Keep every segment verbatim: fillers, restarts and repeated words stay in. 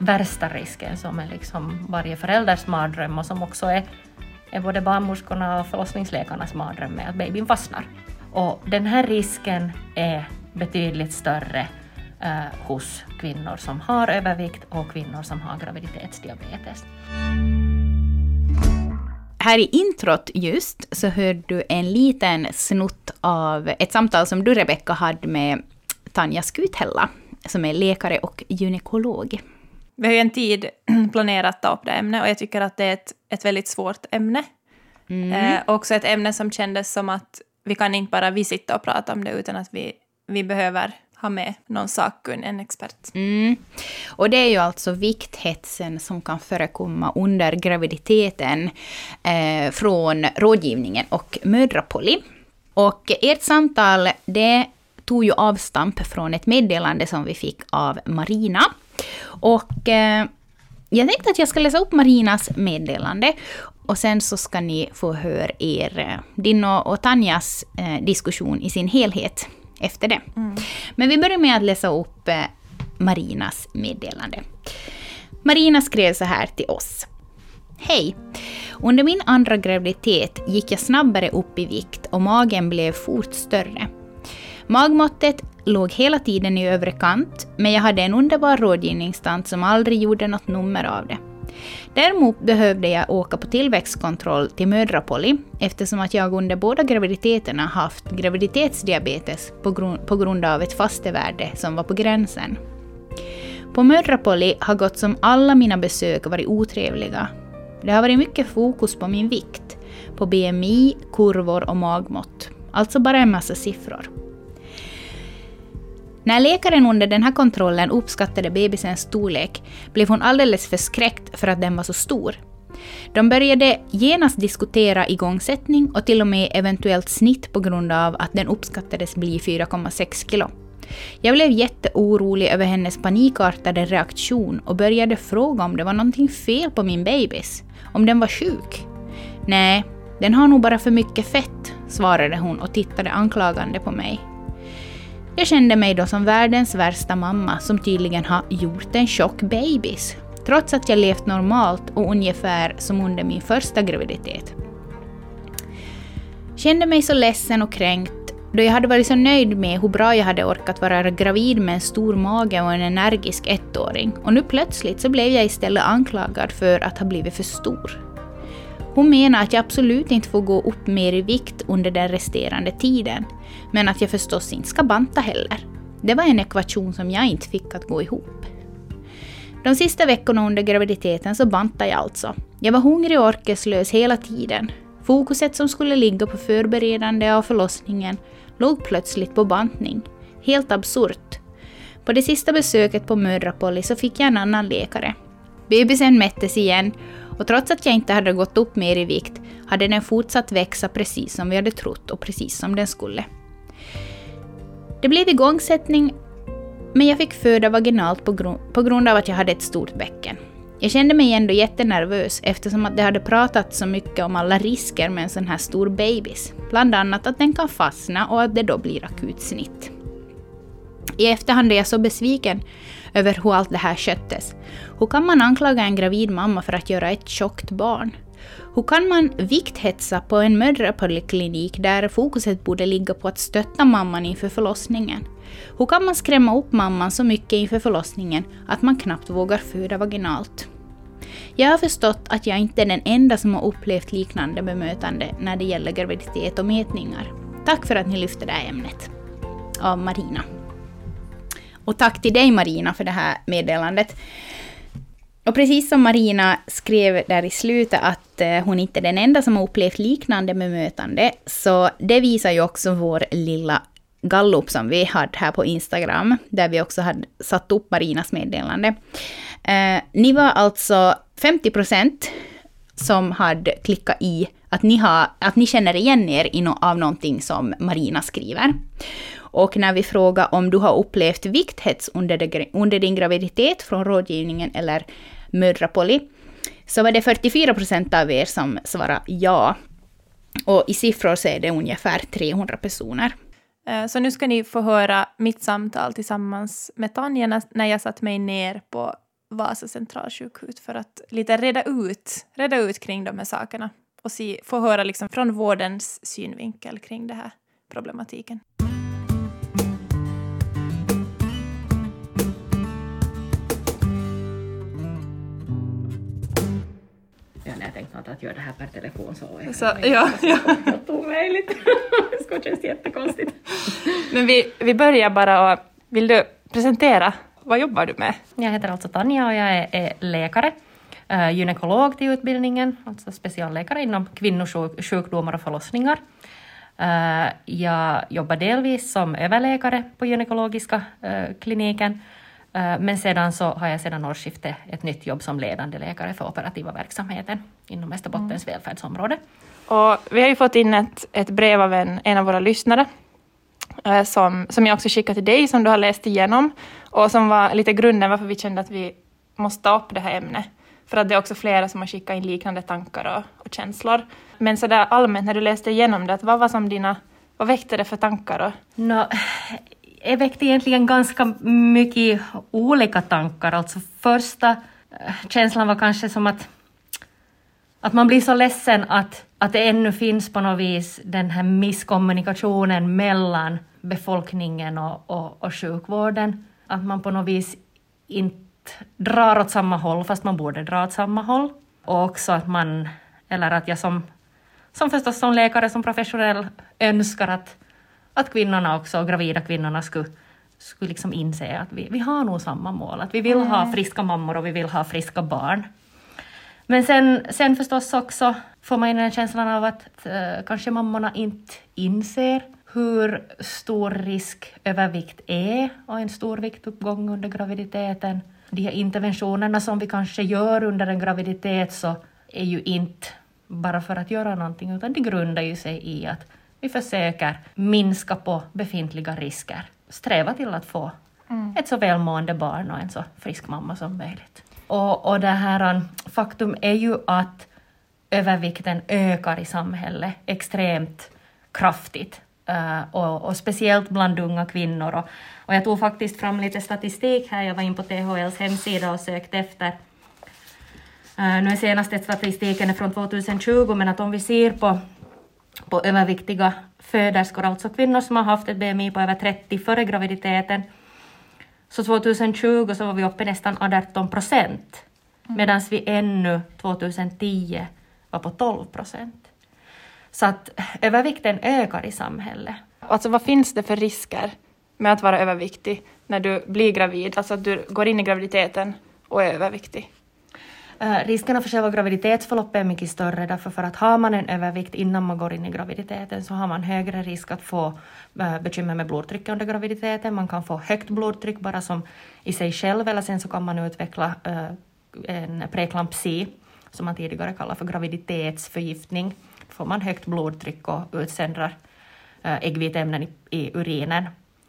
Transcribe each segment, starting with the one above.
värsta risken som är liksom varje förälders mardröm och som också är, är både barnmorskorna och förlossningsläkarnas mardröm med att babyn fastnar. Och den här risken är betydligt större eh, hos kvinnor som har övervikt och kvinnor som har graviditetsdiabetes. Här i introt just så hörde du en liten snutt av ett samtal som du, Rebecka, hade med Tanja Skuthella som är läkare och gynekolog. Vi har ju en tid planerat att ta upp det ämne och jag tycker att det är ett, ett väldigt svårt ämne. Mm. Eh, också ett ämne som kändes som att vi kan inte bara vi sitta och prata om det utan att vi, vi behöver ha med någon sakkunnig, en expert. Mm. Och det är ju alltså vikthetsen som kan förekomma under graviditeten eh, från rådgivningen och Mödrapoly. Och ert samtal, det tog ju avstamp från ett meddelande som vi fick av Marina. Och eh, jag tänkte att jag ska läsa upp Marinas meddelande och sen så ska ni få höra er, din och, och Tanjas eh, diskussion i sin helhet efter det. Mm. Men vi börjar med att läsa upp eh, Marinas meddelande. Marina skrev så här till oss. Hej! Under min andra graviditet gick jag snabbare upp i vikt och magen blev fort större. Magmåttet låg hela tiden i övre kant, men jag hade en underbar rådgivningstant som aldrig gjorde något nummer av det. Däremot behövde jag åka på tillväxtkontroll till Mödrapoly eftersom att jag under båda graviditeterna haft graviditetsdiabetes på grund, på grund av ett fastevärde som var på gränsen. På Mödrapoly har gått som alla mina besök varit otrevliga. Det har varit mycket fokus på min vikt, på B M I, kurvor och magmått. Alltså bara en massa siffror. När läkaren under den här kontrollen uppskattade bebisens storlek blev hon alldeles förskräckt för att den var så stor. De började genast diskutera igångsättning och till och med eventuellt snitt på grund av att den uppskattades bli fyra komma sex kilo. Jag blev jätteorolig över hennes panikartade reaktion och började fråga om det var någonting fel på min bebis, om den var sjuk. Nej, den har nog bara för mycket fett, svarade hon och tittade anklagande på mig. Jag kände mig då som världens värsta mamma som tydligen har gjort en tjock bebis, trots att jag levt normalt och ungefär som under min första graviditet. Kände mig så ledsen och kränkt då jag hade varit så nöjd med hur bra jag hade orkat vara gravid med en stor mage och en energisk ettåring, och nu plötsligt så blev jag istället anklagad för att ha blivit för stor. Hon menar att jag absolut inte får gå upp mer i vikt under den resterande tiden, men att jag förstås inte ska banta heller. Det var en ekvation som jag inte fick att gå ihop. De sista veckorna under graviditeten så bantade jag alltså. Jag var hungrig och orkeslös hela tiden. Fokuset som skulle ligga på förberedande av förlossningen låg plötsligt på bantning. Helt absurt. På det sista besöket på Mödrapoly så fick jag en annan läkare. Bebisen mättes igen. Och trots att jag inte hade gått upp mer i vikt hade den fortsatt växa precis som vi hade trott och precis som den skulle. Det blev igångsättning, men jag fick föda vaginalt på, gro- på grund av att jag hade ett stort bäcken. Jag kände mig ändå jättenervös eftersom att det hade pratat så mycket om alla risker med en sån här stor bebis. Bland annat att den kan fastna och att det då blir akut snitt. I efterhand är jag så besviken över hur allt det här sköttes. Hur kan man anklaga en gravid mamma för att göra ett tjockt barn? Hur kan man vikthetsa på en mödrapoliklinik där fokuset borde ligga på att stötta mamman inför förlossningen? Hur kan man skrämma upp mamman så mycket inför förlossningen att man knappt vågar föda vaginalt? Jag har förstått att jag inte är den enda som har upplevt liknande bemötande när det gäller graviditet och mätningar. Tack för att ni lyfte det här ämnet. Av Marina. Och tack till dig, Marina, för det här meddelandet. Och precis som Marina skrev där i slutet att hon inte är den enda som har upplevt liknande bemötande, så det visar ju också vår lilla gallup som vi hade här på Instagram, där vi också hade satt upp Marinas meddelande. Eh, ni var alltså femtio procent som hade klickat i att ni, har, att ni känner igen er i no- av någonting som Marina skriver. Och när vi frågar om du har upplevt vikthets under, det, under din graviditet från rådgivningen eller Mödrapoly, så var det fyrtiofyra procent av er som svarade ja. Och i siffror så är det ungefär trehundra personer. Så nu ska ni få höra mitt samtal tillsammans med Tanja när jag satt mig ner på Vasa centralsjukhus för att lite reda ut, reda ut kring de här sakerna och se, få höra liksom från vårdens synvinkel kring det här problematiken. Ja, när jag tänkte att göra det här per telefon så är så, ja, ja. helt omöjligt. Det ska kännas jättekonstigt. Men vi, vi börjar bara och vill du presentera? Vad jobbar du med? Jag heter alltså Tanja och jag är, är läkare, äh, gynekolog till utbildningen, alltså specialläkare inom kvinnosjukdomar och förlossningar. Äh, jag jobbar delvis som överläkare på gynekologiska äh, kliniken, äh, men sedan så har jag sedan årsskiftet ett nytt jobb som ledande läkare för operativa verksamheten inom Västerbottens mm. välfärdsområde. Och vi har ju fått in ett, ett brev av en, en av våra lyssnare äh, som, som jag också skickade till dig, som du har läst igenom och som var lite grunden varför vi kände att vi måste ta upp det här ämnet. För att det är också flera som har skickat in liknande tankar och, och känslor. Men så där allmänt när du läste igenom det, vad var som dina, vad väckte det för tankar då? No, jag väckte egentligen ganska mycket olika tankar. Alltså första äh, känslan var kanske som att, att man blir så ledsen att, att det ännu finns på något vis den här misskommunikationen mellan befolkningen och, och, och sjukvården. Att man på något vis inte drar åt samma håll fast man borde dra åt samma håll. Och också att man, eller att jag som, som förstås som läkare, som professionell önskar att, att kvinnorna också, gravida kvinnorna skulle, skulle liksom inse att vi, vi har nog samma mål. Att vi vill mm. ha friska mammor och vi vill ha friska barn. Men sen, sen förstås också får man en känslan av att äh, kanske mammorna inte inser hur stor risk övervikt är och en stor viktuppgång under graviditeten. De här interventionerna som vi kanske gör under en graviditet så är ju inte bara för att göra någonting, utan det grundar ju sig i att vi försöker minska på befintliga risker. Sträva till att få mm. ett så välmående barn och en så frisk mamma som möjligt. Och, och det här faktum är ju att övervikten ökar i samhället extremt kraftigt. Uh, och, och speciellt bland unga kvinnor. Och, och jag tog faktiskt fram lite statistik här. Jag var in på T H L:s hemsida och sökte efter. Uh, nu är senaste statistiken är från tjugohundratjugo, men att om vi ser på, på överviktiga föderskor, alltså kvinnor som har haft ett B M I på över trettio före graviditeten, så tjugohundratjugo så var vi uppe nästan arton procent, mm. medan vi ännu tjugohundratio var på tolv procent. Så att övervikten ökar i samhället. Alltså vad finns det för risker med att vara överviktig när du blir gravid? Alltså att du går in i graviditeten och är överviktig. Uh, riskerna för själva graviditetsförloppet är mycket större. Därför för att har man en övervikt innan man går in i graviditeten så har man högre risk att få uh, bekymmer med blodtryck under graviditeten. Man kan få högt blodtryck bara som i sig själv. Eller sen så kan man utveckla uh, en preeklampsi som man tidigare kallar för graviditetsförgiftning. Får man högt blodtryck och utsöndrar äh, äggviteämnen i, i urinen.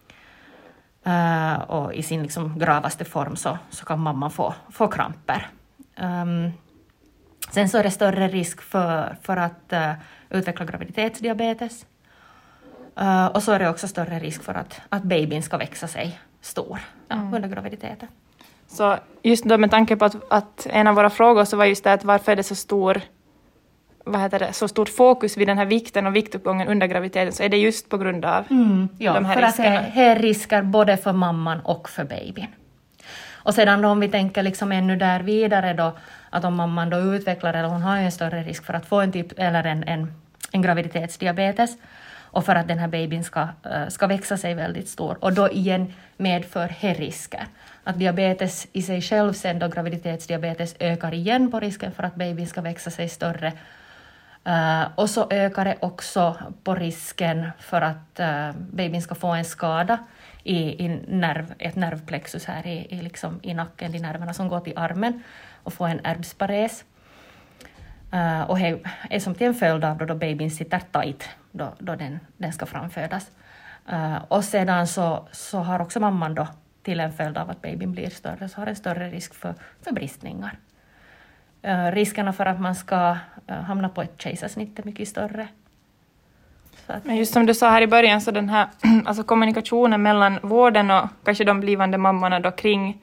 Äh, och i sin liksom gravaste form så, så kan mamman få, få kramper. Um, sen så är det större risk för, för att äh, utveckla graviditetsdiabetes. Äh, och så är det också större risk för att, att babyn ska växa sig stor ja, mm. under graviditeten. Så just då med tanke på att, att en av våra frågor så var just det att varför är det så stor vad heter det, så stort fokus vid den här vikten och viktuppgången under graviditeten, så är det just på grund av mm, ja, de här för riskerna. Att det är risker både för mamman och för babyn. Och sedan då om vi tänker liksom ännu där vidare då, att om mamman då utvecklar eller hon har en större risk för att få en typ eller en, en, en graviditetsdiabetes och för att den här babyn ska, uh, ska växa sig väldigt stor. Och då igen medför här risker. Att diabetes i sig själv sen då graviditetsdiabetes ökar igen på risken för att babyn ska växa sig större. Uh, och så ökar det också på risken för att uh, babyn ska få en skada i, i nerv, ett nervplexus här i, i, liksom, i nacken, de nerverna som går till armen, och få en ärrbspares. Uh, och det är som till en följd av då, då babyn sitter tajt då, då den, den ska framfödas. Uh, och sedan så, så har också mamman då till en följd av att babyn blir större så har en större risk för, för bristningar. Uh, riskerna för att man ska uh, hamna på ett kejsarsnitt är mycket större. Så att, men just som du sa här i början, så den här alltså kommunikationen mellan vården och kanske de blivande mammorna då kring,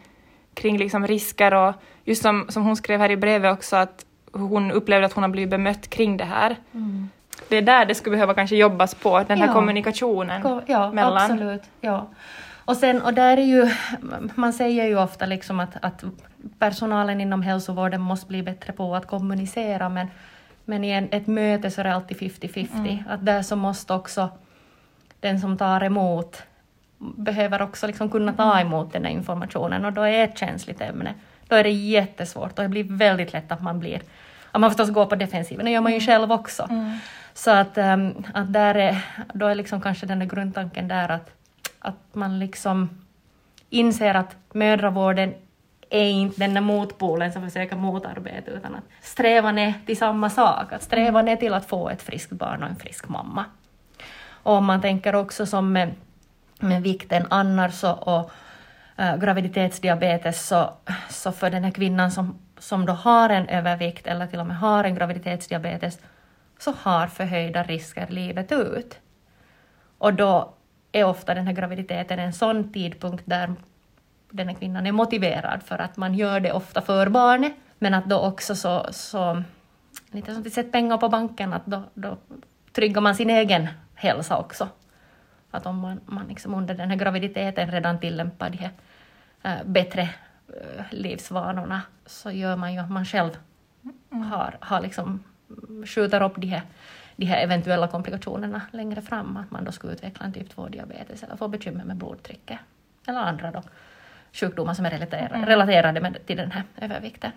kring liksom risker och just som, som hon skrev här i brevet också att hon upplevde att hon har blivit bemött kring det här. Mm. Det är där det skulle behöva kanske jobbas på, den här ja. kommunikationen. Ja, mellan. Absolut. Ja. Och, sen, och där är ju, man säger ju ofta liksom att, att personalen inom hälsovården måste bli bättre på att kommunicera, men, men i en, ett möte så är det alltid femtio femtio. Mm. Att där så måste också den som tar emot behöver också liksom kunna ta emot den här informationen, och då är det ett känsligt ämne. Då är det jättesvårt och det blir väldigt lätt att man blir, att man förstås går på defensiven, det gör man ju själv också. Mm. Så att, um, att där är, då är liksom kanske den där grundtanken där att, att man liksom inser att mödravården är inte den där motpolen som försöker motarbeta, utan att strävan är till samma sak, att strävan är till att få ett friskt barn och en frisk mamma. Och om man tänker också som med, med vikten annars och, och äh, graviditetsdiabetes, så, så för den här kvinnan som, som då har en övervikt eller till och med har en graviditetsdiabetes, så har förhöjda risker livet ut. Och då är ofta den här graviditeten en sån tidpunkt där den här kvinnan är motiverad för att man gör det ofta för barnet, men att då också så, så lite som att sätta pengar på banken, att då, då tryggar man sin egen hälsa också. Att om man, man liksom under den här graviditeten redan tillämpar de här äh, bättre äh, livsvanorna, så gör man ju att man själv har, har liksom, skjuter upp de här, de här eventuella komplikationerna längre fram. Att man då ska utveckla en typ två-diabetes eller få bekymmer med blodtrycket. Eller andra då sjukdomar som är relaterade, mm. relaterade med, till den här övervikten.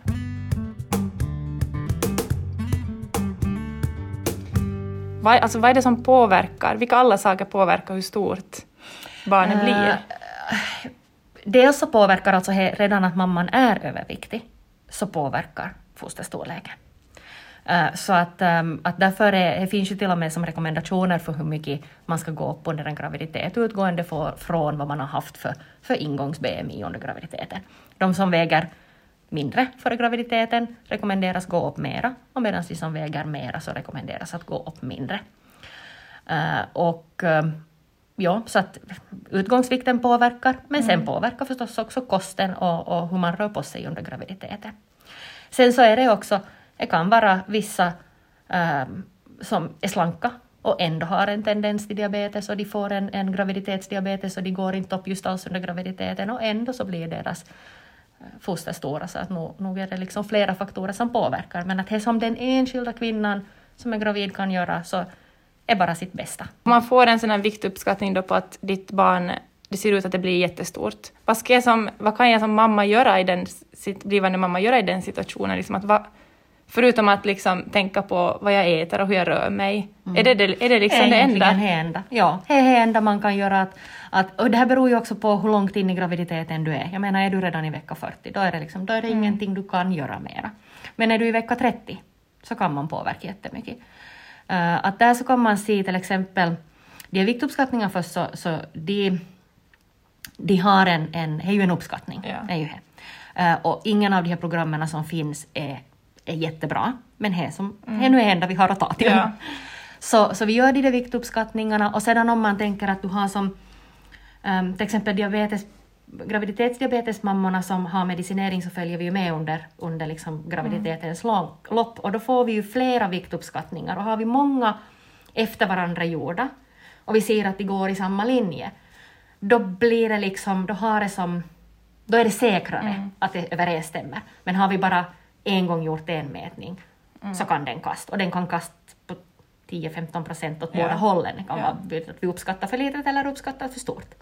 Vad, alltså, vad är det som påverkar? Vilka alla saker påverkar hur stort barnet uh, blir? Dels så påverkar alltså redan att mamman är överviktig, så påverkar fosterstorleken. Uh, så att, um, att därför är, det finns ju till och med som rekommendationer för hur mycket man ska gå upp under en graviditet, utgående för, från vad man har haft för, för ingångs-B M I under graviditeten. De som väger mindre före graviditeten rekommenderas gå upp mera, och medan de som väger mera så rekommenderas att gå upp mindre. Uh, och uh, ja, så att utgångsvikten påverkar, men sen mm. påverkar förstås också kosten och, och hur man rör på sig under graviditeten. Sen så är det också, det kan vara vissa uh, som är slanka och ändå har en tendens till diabetes, och de får en, en graviditetsdiabetes och de går inte upp just alls under graviditeten, och ändå så blir deras foster stora, så att nu, nu är det liksom flera faktorer som påverkar, men att det som den enskilda kvinnan som är gravid kan göra, så är bara sitt bästa. Man får en sån här viktuppskattning då på att ditt barn, det ser ut att det blir jättestort. Vad, ska jag som, vad kan jag som mamma göra i den, sitt blivande mamma göra i den situationen? Liksom att va, förutom att liksom tänka på vad jag äter och hur jag rör mig. Mm. Är det, det, är det liksom det enda? Det enda. Ja, det är det enda man kan göra. Att, att, och det här beror ju också på hur långt in i graviditeten du är. Jag menar, är du redan i vecka fyrtio, då är det, liksom, då är det mm. ingenting du kan göra mera. Men är du i vecka trettio så kan man påverka jättemycket. Uh, att där så kan man se till exempel, de är viktuppskattningar först, så, så de, de har en, en, det är ju en uppskattning. Ja. Är ju det. Uh, och ingen av de här programmen som finns är är jättebra, men det som mm. nu är det enda vi har att ta till. Ja. Så, så vi gör de där viktuppskattningarna, och sedan om man tänker att du har som um, till exempel diabetes, graviditetsdiabetesmammorna som har medicinering, så följer vi ju med under, under liksom graviditetens mm. lopp, och då får vi ju flera viktuppskattningar, och har vi många efter varandra gjorda och vi ser att de går i samma linje, då blir det liksom, då har det som, då är det säkrare mm. att det överensstämmer. Men har vi bara en gång gjort en mätning mm. så kan den kasta. Och den kan kasta på tio till femton procent åt ja. båda hållen. Det kan ja. vara att vi uppskattar för litet eller uppskattar för stort.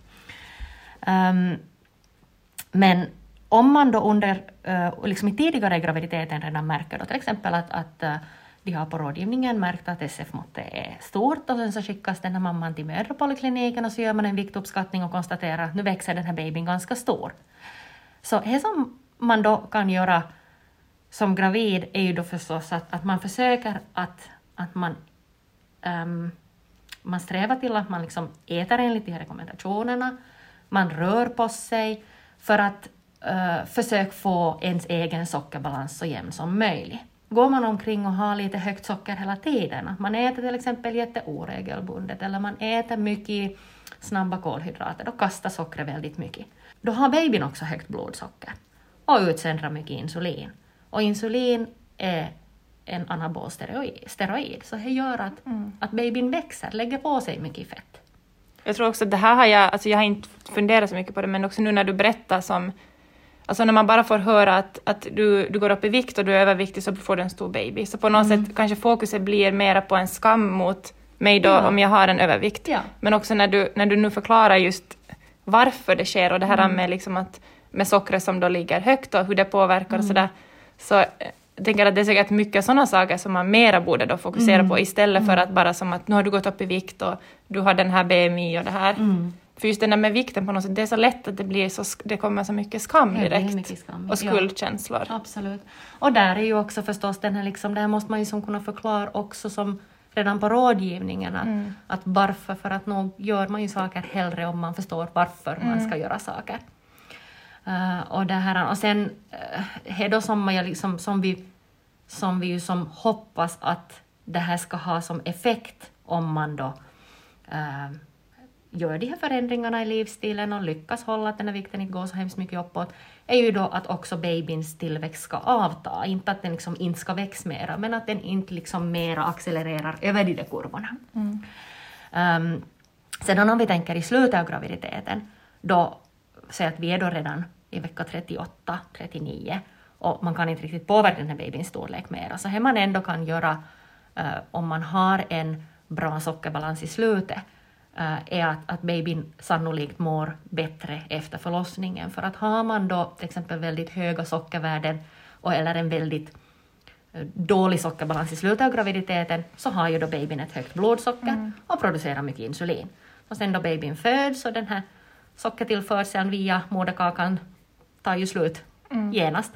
Um, men om man då under, uh, liksom i tidigare graviditeten redan märker då till exempel att, att uh, de har på rådgivningen märkt att S F-måttet är stort, och sen så skickas den här mamman till mödrapolikliniken och så gör man en viktuppskattning och konstaterar att nu växer den här babyn ganska stor. Så det som man då kan göra som gravid är ju då förstås att, att man försöker att, att man, um, man strävar till att man liksom äter enligt de här rekommendationerna, man rör på sig för att uh, försöka få ens egen sockerbalans så jämn som möjligt. Går man omkring och har lite högt socker hela tiden, att man äter till exempel jätteoregelbundet eller man äter mycket snabba kolhydrater, då kastar sockret väldigt mycket. Då har babyn också högt blodsocker. och utsöndrar mycket insulin. Och insulin är en anabol steroid, så det gör att, mm. att babyn växer, lägger på sig mycket fett. Jag tror också att det här har jag, alltså jag har inte funderat så mycket på det, men också nu när du berättar som, alltså när man bara får höra att, att du, du går upp i vikt och du är överviktig så får du en stor baby. Så på något mm. sätt kanske fokuset blir mera på en skam mot mig då ja. om jag har en övervikt. Ja. Men också när du, när du nu förklarar just varför det sker och det här mm. med, liksom att, med sockret som då ligger högt och hur det påverkar mm. och sådär. Så jag tänker att det är säkert mycket sådana saker som man mera borde då fokusera mm. på istället mm. för att bara som att nu har du gått upp i vikt och du har den här B M I och det här. Mm. För just det där med vikten på något sätt, det är så lätt att det blir så, det kommer så mycket skam direkt. Mycket skam. Och skuldkänslor. Ja, absolut. Och där är ju också förstås den här liksom, där måste man ju som kunna förklara också som redan på rådgivningen att, mm. att varför, för att nog gör man ju saker hellre om man förstår varför mm. man ska göra saker. Uh, och det här, och sen uh, är då som, man liksom, som vi som vi ju som hoppas att det här ska ha som effekt om man då uh, gör de här förändringarna i livsstilen och lyckas hålla att den här vikten inte går så hemskt mycket uppåt, är ju då att också babyns tillväxt ska avta. Inte att den liksom inte ska växa mera, men att den inte liksom mera accelererar över de där kurvorna. Mm. Um, sedan om vi tänker i slutet av graviditeten, då säger att vi är då redan i vecka trettioåtta trettionio och man kan inte riktigt påverka den här babyns storlek mera. Så här man ändå kan göra uh, om man har en bra sockerbalans i slutet, Uh, är att, att babyn sannolikt mår bättre efter förlossningen. För att har man då till exempel väldigt höga sockervärden och, eller en väldigt uh, dålig sockerbalans i slutet av graviditeten, så har ju då babyn ett högt blodsocker mm. och producerar mycket insulin. Och sen då babyn föds och den här sockertillförseln via moderkakan tar ju slut mm. genast.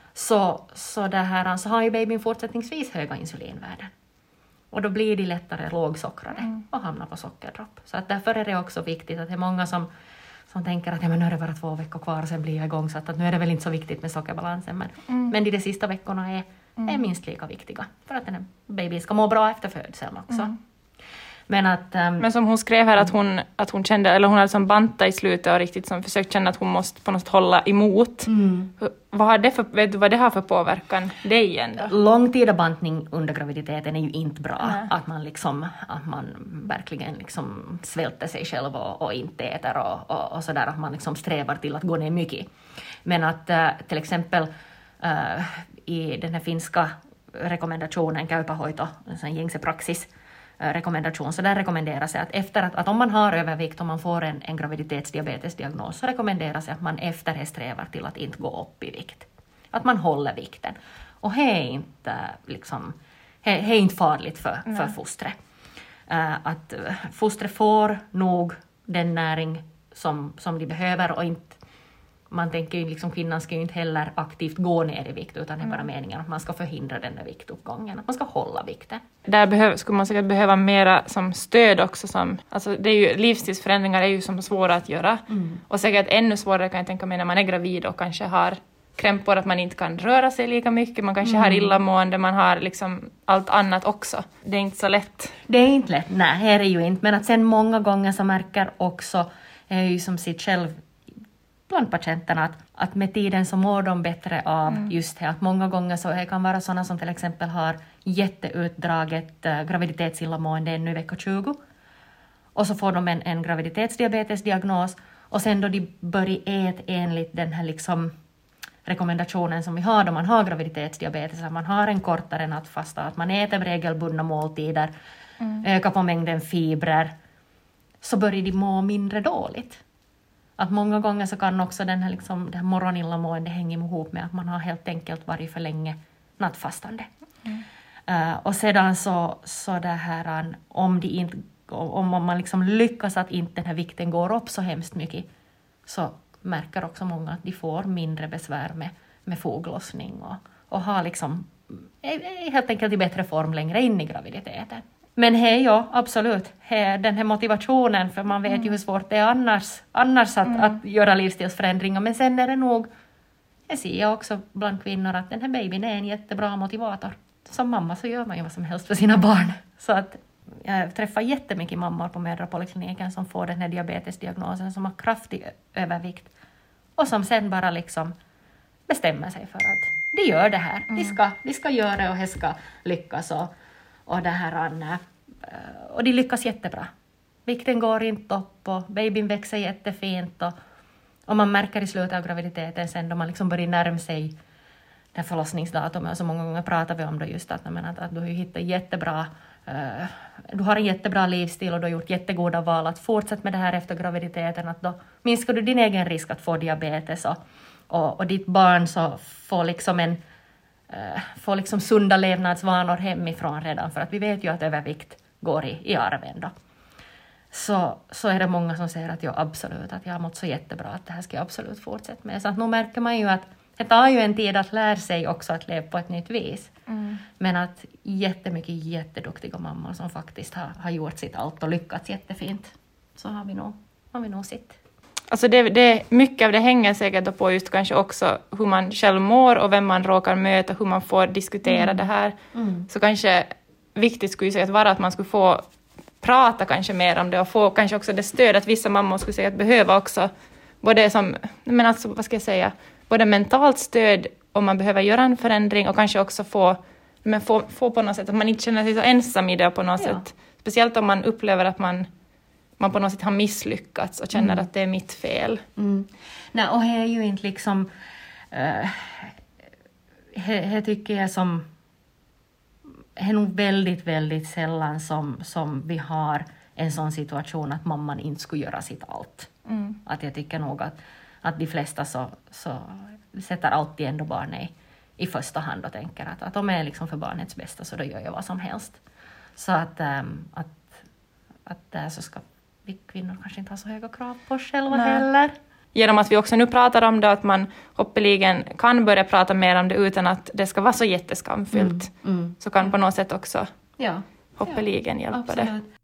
Så, så, det här, så har ju babyn fortsättningsvis höga insulinvärden. Och då blir de lättare lågsockrade mm. och hamnar på sockerdropp. Så att därför är det också viktigt att det är många som, som tänker att ja, men nu är det bara två veckor kvar och sen blir jag igång. Så att, att nu är det väl inte så viktigt med sockerbalansen. Men, mm. men de, de sista veckorna är, mm. är minst lika viktiga. För att den här babyn ska må bra efter födseln också. Mm. Men, att, um, men som hon skrev här att hon, att hon kände, eller hon hade som bantat i slutet och riktigt som försökt känna att hon måste på något sätt hålla emot. Mm. Vad har det för, vet du vad det har för påverkan dig ändå? Långtida bantning under graviditeten är ju inte bra. Mm. Att man liksom, att man verkligen liksom svälter sig själv och, och inte äter och, och, och sådär. Att man liksom strävar till att gå ner mycket. Men att uh, till exempel uh, i den här finska rekommendationen, käypähoito, en gängse praxis, rekommendation, så där rekommenderas att efter att, att om man har övervikt och man får en, en graviditetsdiabetesdiagnos, så rekommenderas att man eftersträvar till att inte gå upp i vikt. Att man håller vikten. Och det är inte, liksom, det är inte farligt för, för fostret. Uh, att fostret får nog den näring som, som de behöver och inte. Man tänker ju liksom, kvinnan ska ju inte heller aktivt gå ner i vikt, utan det är bara meningen att man ska förhindra den där viktuppgången, att man ska hålla vikten. Där behöv, skulle man säkert behöva mera som stöd också. Som, alltså det är ju, livsstilsförändringar är ju som svåra att göra. Mm. Och säkert ännu svårare kan jag tänka mig när man är gravid och kanske har krämpor, att man inte kan röra sig lika mycket. Man kanske mm. har illamående, man har liksom allt annat också. Det är inte så lätt. Det är inte lätt, nej, här är ju inte. Men att sen många gånger så märker också, är ju som sitt själv bland patienterna att, att med tiden så mår de bättre av mm. just det. Att många gånger så det kan vara sådana som till exempel har jätteutdraget äh, graviditetsillamående ännu i vecka tjugo. Och så får de en, en graviditetsdiabetesdiagnos. Och sen då de börjar äta enligt den här liksom rekommendationen som vi har då man har graviditetsdiabetes. Att man har en kortare nattfasta, att man äter regelbundna måltider, mm. ökar på mängden fibrer. Så börjar de må mindre dåligt. Att många gånger så kan också den här, liksom, det här morgonillamående hänga ihop med att man har helt enkelt varit för länge nattfastande. Mm. Uh, och sedan så, så det här, om, de inte, om man liksom lyckas att inte den här vikten går upp så hemskt mycket, så märker också många att de får mindre besvär med, med foglossning och, och har liksom, är, är helt enkelt i bättre form längre in i graviditeten. Men hej, ja, absolut. Hej, den här motivationen, för man vet mm. ju hur svårt det är annars, annars att, mm. att göra livsstilsförändringar. Men sen är det nog, jag ser också bland kvinnor att den här babyn är en jättebra motivator. Som mamma så gör man ju vad som helst för sina barn. Så att jag träffar jättemycket mammor på mödrapolikliniken som får den här diabetesdiagnosen, som har kraftig övervikt. Och som sen bara liksom bestämmer sig för att de gör det här. Mm. De, ska, de ska göra det och det ska lyckas. Och, och, det här, och de lyckas jättebra. Vikten går inte upp och babyn växer jättefint. Och, och man märker i slutet av graviditeten sen då man liksom börjar närma sig det förlossningsdatumet. Och så många gånger pratar vi om det just att, att, att du har hittat jättebra, uh, du har en jättebra livsstil och du har gjort jättegoda val att fortsätta med det här efter graviditeten. Att då minskar du din egen risk att få diabetes och, och, och ditt barn så får liksom en uh, får liksom sunda levnadsvanor hemifrån redan. För att vi vet ju att övervikt går i, i arven då. Så, så är det många som säger att jag absolut, att jag har mått så jättebra att det här ska jag absolut fortsätta med. Så att nu märker man ju att det tar ju en tid att lära sig också att leva på ett nytt vis. Mm. Men att jättemycket jätteduktiga mammor som faktiskt har, har gjort sitt allt och lyckats jättefint. Så har vi nog, har vi nog sett. Alltså det, det, mycket av det hänger säkert på just kanske också hur man själv mår och vem man råkar möta, hur man får diskutera mm. det här. Mm. Så kanske viktigt skulle säga att vara att man skulle få prata kanske mer om det och få kanske också det stöd att vissa mammor skulle säga att behöva också både som, men alltså vad ska jag säga, både mentalt stöd om man behöver göra en förändring och kanske också få, men få, få på något sätt att man inte känner sig så ensam i det på något ja. sätt. Speciellt om man upplever att man, man på något sätt har misslyckats och känner mm. att det är mitt fel. Mm. Nej, och det är ju inte liksom, uh, det tycker jag som, det är nog väldigt, väldigt sällan som, som vi har en sån situation att mamman inte skulle göra sitt allt. Mm. Att jag tycker nog att, att de flesta så, så sätter alltid ändå barnet i, i första hand och tänker att, att de är liksom för barnets bästa så då gör jag vad som helst. Så att, um, att, att där så ska vi kvinnor kanske inte ha så höga krav på oss själva Nej. heller. Genom att vi också nu pratar om det, att man hoppeligen kan börja prata mer om det utan att det ska vara så jätteskamfyllt. Mm, mm. Så kan på något sätt också ja. hoppeligen ja, hjälpa absolut. det.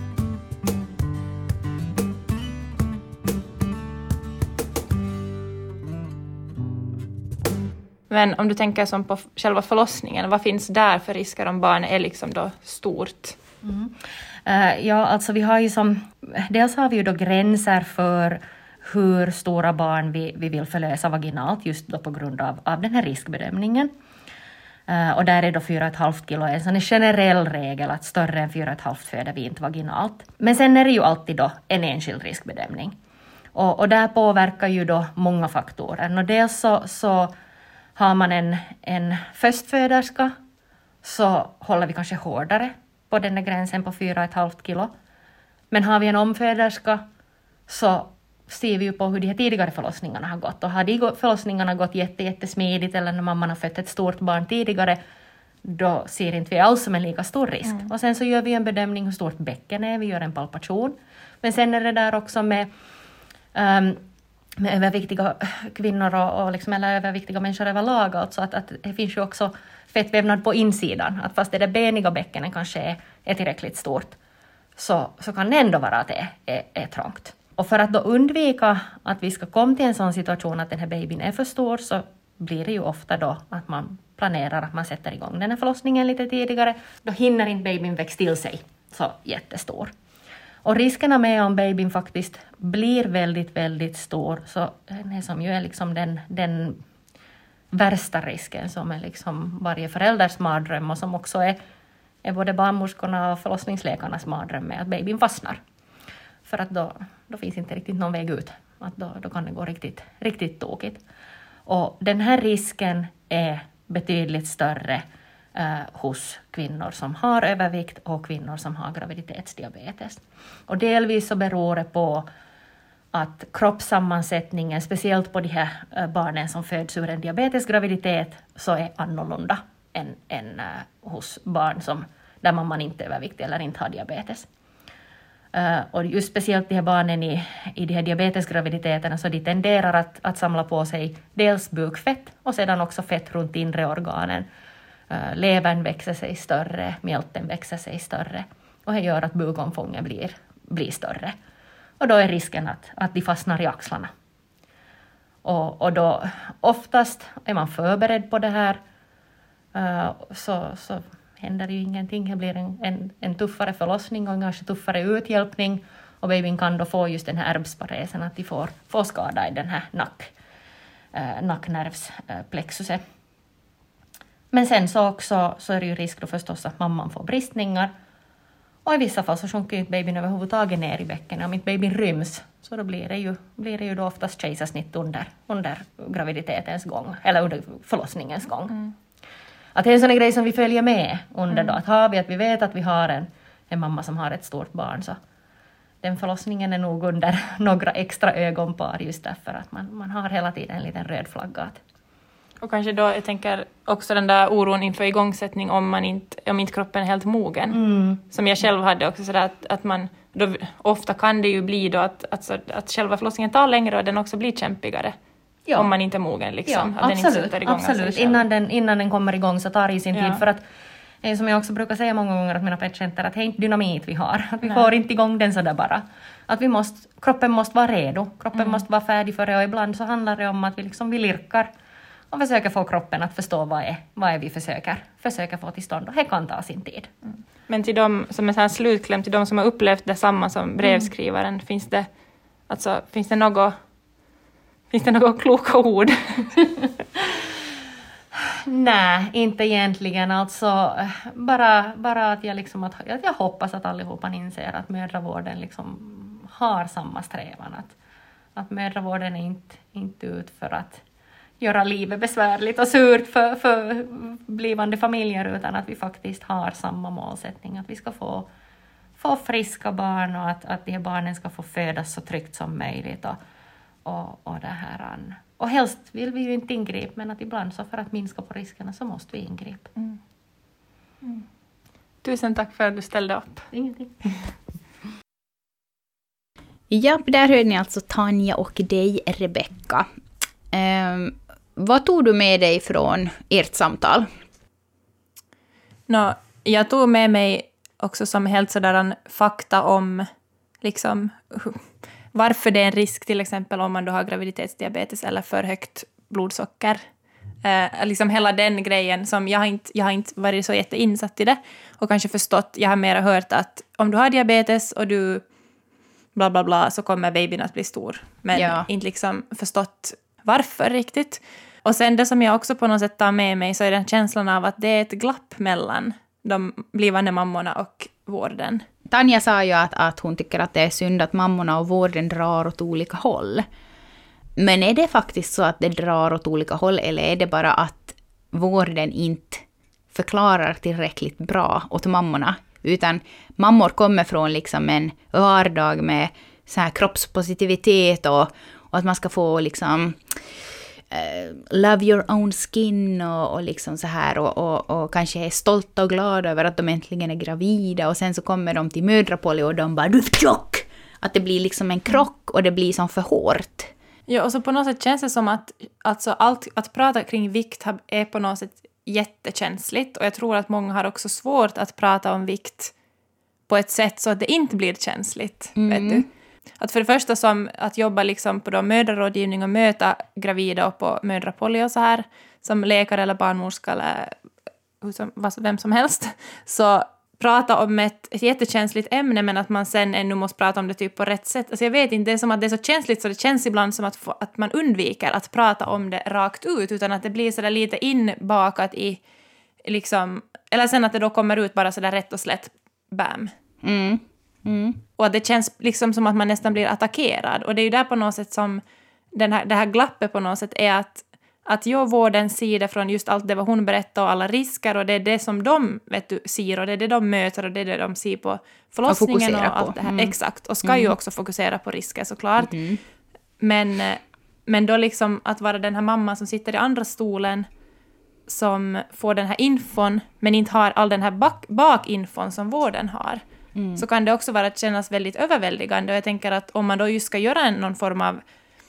Men om du tänker som på själva förlossningen, vad finns där för risker om barnet är liksom då stort? Mm. Uh, ja, alltså vi har ju som, dels har vi ju då gränser för hur stora barn vi, vi vill förlösa vaginalt just då på grund av, av den här riskbedömningen. Uh, och där är då fyra komma fem kilo en sån generell regel att större än fyra komma fem föder vi inte vaginalt. Men sen är det ju alltid då en enskild riskbedömning. Och, och där påverkar ju då många faktorer. Och dels så, så har man en, en förstföderska så håller vi kanske hårdare på den där gränsen på fyra komma fem kilo. Men har vi en omföderska så ser vi ju på hur de här tidigare förlossningarna har gått. Och har de förlossningarna gått jätte, jättesmidigt eller när mamman har fött ett stort barn tidigare, då ser inte vi alls som en lika stor risk. Mm. Och sen så gör vi en bedömning hur stort bäcken är, vi gör en palpation. Men sen är det där också med, um, med överviktiga kvinnor och, och liksom, eller överviktiga människor överlag. Alltså att, att det finns ju också fettvävnad på insidan. Att fast det där beniga bäckenen kanske är, är tillräckligt stort så, så kan det ändå vara att det är, är, är trångt. Och för att då undvika att vi ska komma till en sån situation att den här babyn är för stor så blir det ju ofta då att man planerar att man sätter igång den här förlossningen lite tidigare. Då hinner inte babyn växa till sig så jättestor. Och riskerna med om babyn faktiskt blir väldigt, väldigt stor så det som ju är liksom den, den värsta risken som är liksom varje förälders mardröm och som också är, är både barnmorskorna och förlossningsläkarnas mardröm med att babyn fastnar. För att då, då finns inte riktigt någon väg ut. Att då, då kan det gå riktigt, riktigt tokigt. Och den här risken är betydligt större eh, hos kvinnor som har övervikt och kvinnor som har graviditetsdiabetes. Och delvis så beror det på att kroppssammansättningen, speciellt på de här eh, barnen som föds ur en diabetesgraviditet, så är annorlunda än, än eh, hos barn som, där mamman inte är överviktig eller inte har diabetes. Uh, och just speciellt de här barnen i, i de här diabetesgraviditeterna så de tenderar att, att samla på sig dels bukfett och sedan också fett runt inre organen. Uh, levern växer sig större, mjälten växer sig större och det gör att bukomfånget blir, blir större. Och då är risken att, att de fastnar i axlarna. Och, och då oftast är man förberedd på det här uh, så... så händer ju ingenting. Det blir en, en, en tuffare förlossning och en kanske tuffare uthjälpning. Och babyn kan då få just den här ärvsparesen att de får, får skada i den här nack, äh, nacknervsplexuset. Men sen så också så är det ju risk då förstås att mamman får bristningar. Och i vissa fall så sjunker inte babyn överhuvudtaget ner i bäckenet. Om inte babyn ryms så då blir det ju, blir det ju då oftast kejsarsnitt under, under graviditetens gång. Eller under förlossningens gång. Mm. Att det är en sån grej som vi följer med under mm. då. Att har vi att vi vet att vi har en, en mamma som har ett stort barn så den förlossningen är nog under några extra ögonpar just därför att man, man har hela tiden en liten röd flagga. Och kanske då, jag tänker också den där oron inför igångsättning om, man inte, om inte kroppen är helt mogen. Mm. Som jag själv hade också sådär att, att man, då, ofta kan det ju bli då att, att, så, att själva förlossningen tar längre och den också blir kämpigare. Ja. Om man inte är mogen liksom. Ja, att absolut. Den inte igång absolut. Innan, den, innan den kommer igång så tar det sin ja. tid för att som jag också brukar säga många gånger åt mina patienter att det är inte dynamit vi har. Att vi Nej. får inte igång den sådär bara. Att vi måste, kroppen måste vara redo. Kroppen mm. måste vara färdig för det och ibland så handlar det om att vi liksom vi lirkar och försöker få kroppen att förstå vad är, vad är vi försöker, försöker få till stånd. Och det kan ta sin tid. Mm. Men till de som är så här slutkläm, till de som har upplevt detsamma som brevskrivaren, mm. finns det alltså, finns det något finns det något kloka ord? Nej, inte egentligen. Alltså, bara, bara att, jag liksom, att, att jag hoppas att allihopa inser att mödravården liksom har samma strävan. Att, att mödravården är inte, inte ut för att göra livet besvärligt och surt för, för blivande familjer utan att vi faktiskt har samma målsättning. Att vi ska få, få friska barn och att, att de här barnen ska få födas så tryggt som möjligt. Och, och, och det här... Och helst vill vi ju inte ingripa, men att ibland så för att minska på riskerna så måste vi ingripa. Mm. Mm. Tusen tack för att du ställde upp. Ingenting. Ja, där hörde ni alltså Tanja och dig, Rebecka. Um, vad tog du med dig från ert samtal? No, jag tog med mig också som helt sådan fakta om liksom... varför det är en risk till exempel om man då har graviditetsdiabetes eller för högt blodsocker. Eh, liksom hela den grejen som jag har, inte, jag har inte varit så jätteinsatt i det och kanske förstått, jag har mer hört att om du har diabetes och du bla bla bla så kommer babyn att bli stor. Men ja. inte liksom förstått varför riktigt. Och sen det som jag också på något sätt tar med mig så är den känslan av att det är ett glapp mellan de blivande mammorna och vården. Tanja sa ju att, att hon tycker att det är synd att mammorna och vården drar åt olika håll. Men är det faktiskt så att det drar åt olika håll eller är det bara att vården inte förklarar tillräckligt bra åt mammorna? Utan mammor kommer från liksom en vardag med så här kroppspositivitet och, och att man ska få liksom... Uh, love your own skin och, och liksom så här och, och, och kanske är stolta och glada över att de äntligen är gravida och sen så kommer de till mödrapoly och de bara du är för tjock! Att det blir liksom en krock och det blir som för hårt. Ja, och så på något sätt känns det som att alltså allt, att prata kring vikt är på något sätt jättekänsligt och jag tror att många har också svårt att prata om vikt på ett sätt så att det inte blir känsligt, mm. vet du? Att för det första som att jobba liksom på mödrarådgivning och möta gravida och på mödrapoly och så här som läkare eller barnmorska eller vem som helst så prata om ett, ett jättekänsligt ämne men att man sen ännu måste prata om det typ på rätt sätt. Alltså jag vet inte, det är som att det är så känsligt så det känns ibland som att, få, att man undviker att prata om det rakt ut utan att det blir så där lite inbakat i liksom, eller sen att det då kommer ut bara så där rätt och slätt bam. Mm. Mm. Och det känns liksom som att man nästan blir attackerad. Och det är ju där på något sätt som den här, det här glappet på något sätt är att, att jag vårdens sida från just allt det vad hon berättar och alla risker och det är det som de vet du, ser och det är det de möter och det är det de ser på förlossningen och, och allt det här. Mm. Exakt. Och ska mm. ju också fokusera på risker såklart. Mm. Men, men då liksom att vara den här mamman som sitter i andra stolen som får den här infon men inte har all den här bak, bakinfon som vården har. Mm. Så kan det också vara att kännas väldigt överväldigande. Och jag tänker att om man då just ska göra en, någon form av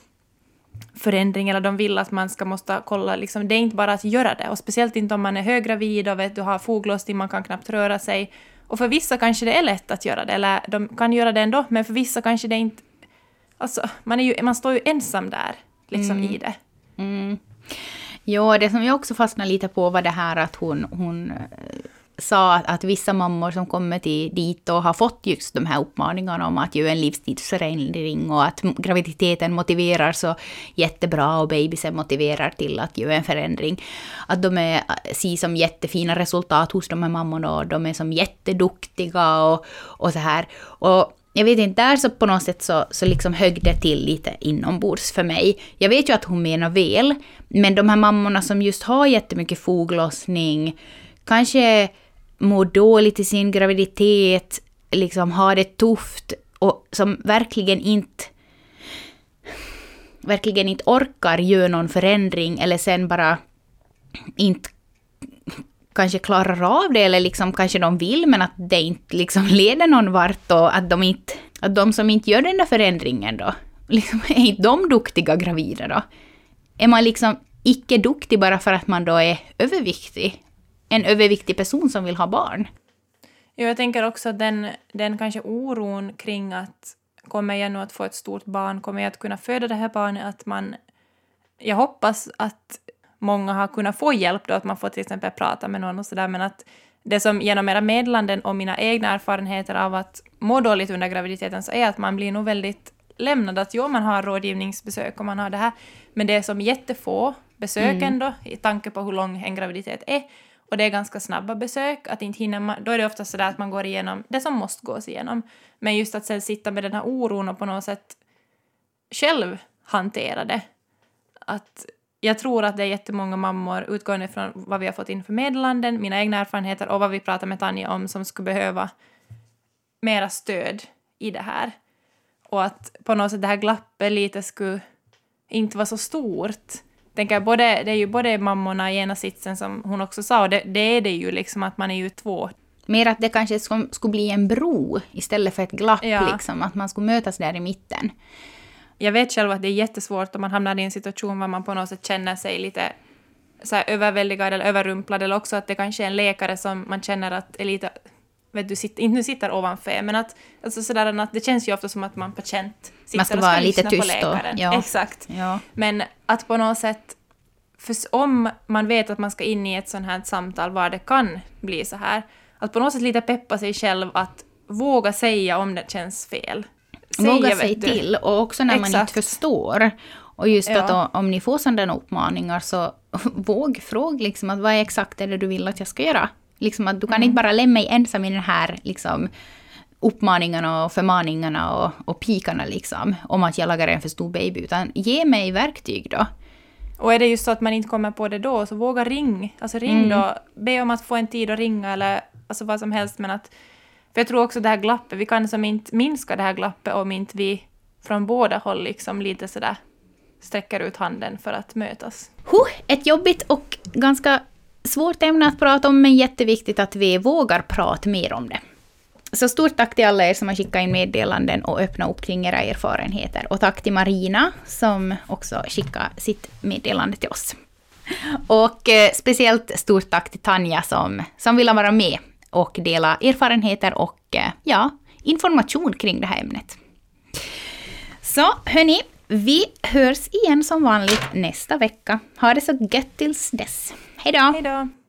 förändring eller de vill att man ska måste kolla, liksom, det är inte bara att göra det. Och speciellt inte om man är höggravid och vet, du har foglåsning, man kan knappt röra sig. Och för vissa kanske det är lätt att göra det, eller de kan göra det ändå, men för vissa kanske det inte... Alltså, man, är ju, man står ju ensam där, liksom mm. i det. Mm. Ja, det som jag också fastnade lite på var det här att hon... hon sa att, att vissa mammor som kommer till dit och har fått just de här uppmaningarna om att göra en livstidsförändring och att graviditeten motiverar så jättebra och babysen motiverar till att göra en förändring. Att de är, ser som jättefina resultat hos de här mammorna och de är som jätteduktiga och, och så här. Och jag vet inte, där så på något sätt så, så liksom högg det till lite inombords för mig. Jag vet ju att hon menar väl, men de här mammorna som just har jättemycket foglossning, kanske mår dåligt i sin graviditet, liksom har det tufft och som verkligen inte verkligen inte orkar göra någon förändring eller sen bara inte kanske klarar av det eller liksom kanske de vill men att det inte liksom leder någon vart och att de, inte, att de som inte gör den där förändringen då, liksom, är inte de duktiga gravida då? Är man liksom icke duktig bara för att man då är överviktig? En överviktig person som vill ha barn? Jo, jag tänker också att den, den kanske oron kring att kommer jag nu att få ett stort barn, kommer jag att kunna föda det här barnet, att man, jag hoppas att många har kunnat få hjälp då, att man får till exempel prata med någon och sådär, men att det som genom era meddelanden och mina egna erfarenheter av att må dåligt under graviditeten så är att man blir nog väldigt lämnad, att jo, man har rådgivningsbesök och man har det här, men det är som jättefå besök mm. ändå, i tanke på hur lång en graviditet är, och det är ganska snabba besök, att inte hinner man, då är det ofta så där att man går igenom det som måste gås igenom, men just att sen sitta med den här oron och på något sätt själv hantera det, att jag tror att det är jättemånga mammor utgående från vad vi har fått in för meddelanden, mina egna erfarenheter och vad vi pratar med Tanja om som skulle behöva mera stöd i det här. Och att på något sätt det här glappet lite skulle inte vara så stort. Tänker både, det är ju både mammorna i ena sitsen som hon också sa, och det, det är det ju liksom att man är ju två. Mer att det kanske skulle, skulle bli en bro istället för ett glapp, ja. Liksom, att man skulle mötas där i mitten. Jag vet själv att det är jättesvårt om man hamnar i en situation där man på något sätt känner sig lite så här överväldigad eller överrumplad, eller också att det kanske är en läkare som man känner att är lite, vet du, sitter, inte sitter ovanför, men att, alltså sådär, att det känns ju ofta som att man patient sitter man ska och vara ska lite lyssna tyst på läkaren. Då. Ja. Exakt. Ja. Men att på något sätt, för om man vet att man ska in i ett sånt här samtal var det kan bli så här, att på något sätt lite peppa sig själv att våga säga om det känns fel. Säga, våga sig till, och också när Exakt. Man inte förstår. Och just ja. Att om ni får sådana uppmaningar så våg fråga liksom att vad är exakt det du vill att jag ska göra. Liksom att du kan mm. inte bara lämna mig ensam i den här liksom, uppmaningarna och förmaningarna och, och pikarna liksom, om att jag lagar en för stor baby, utan ge mig verktyg då. Och är det just så att man inte kommer på det då, så våga ring. Alltså ring mm. då, be om att få en tid att ringa eller alltså vad som helst, men att för jag tror också det här glappet, vi kan som inte minska det här glappet om inte vi från båda håll liksom lite sådär sträcker ut handen för att mötas. Huh, ett jobbigt och ganska svårt ämne att prata om, men jätteviktigt att vi vågar prata mer om det. Så stort tack till alla er som har skickat in meddelanden och öppnat upp kring era erfarenheter. Och tack till Marina som också skickade sitt meddelande till oss. Och eh, speciellt stort tack till Tanja som, som ville vara med och dela erfarenheter och eh, ja, information kring det här ämnet. Så hörni, vi hörs igen som vanligt nästa vecka. Ha det så gött tills dess. Hej då! Hej då!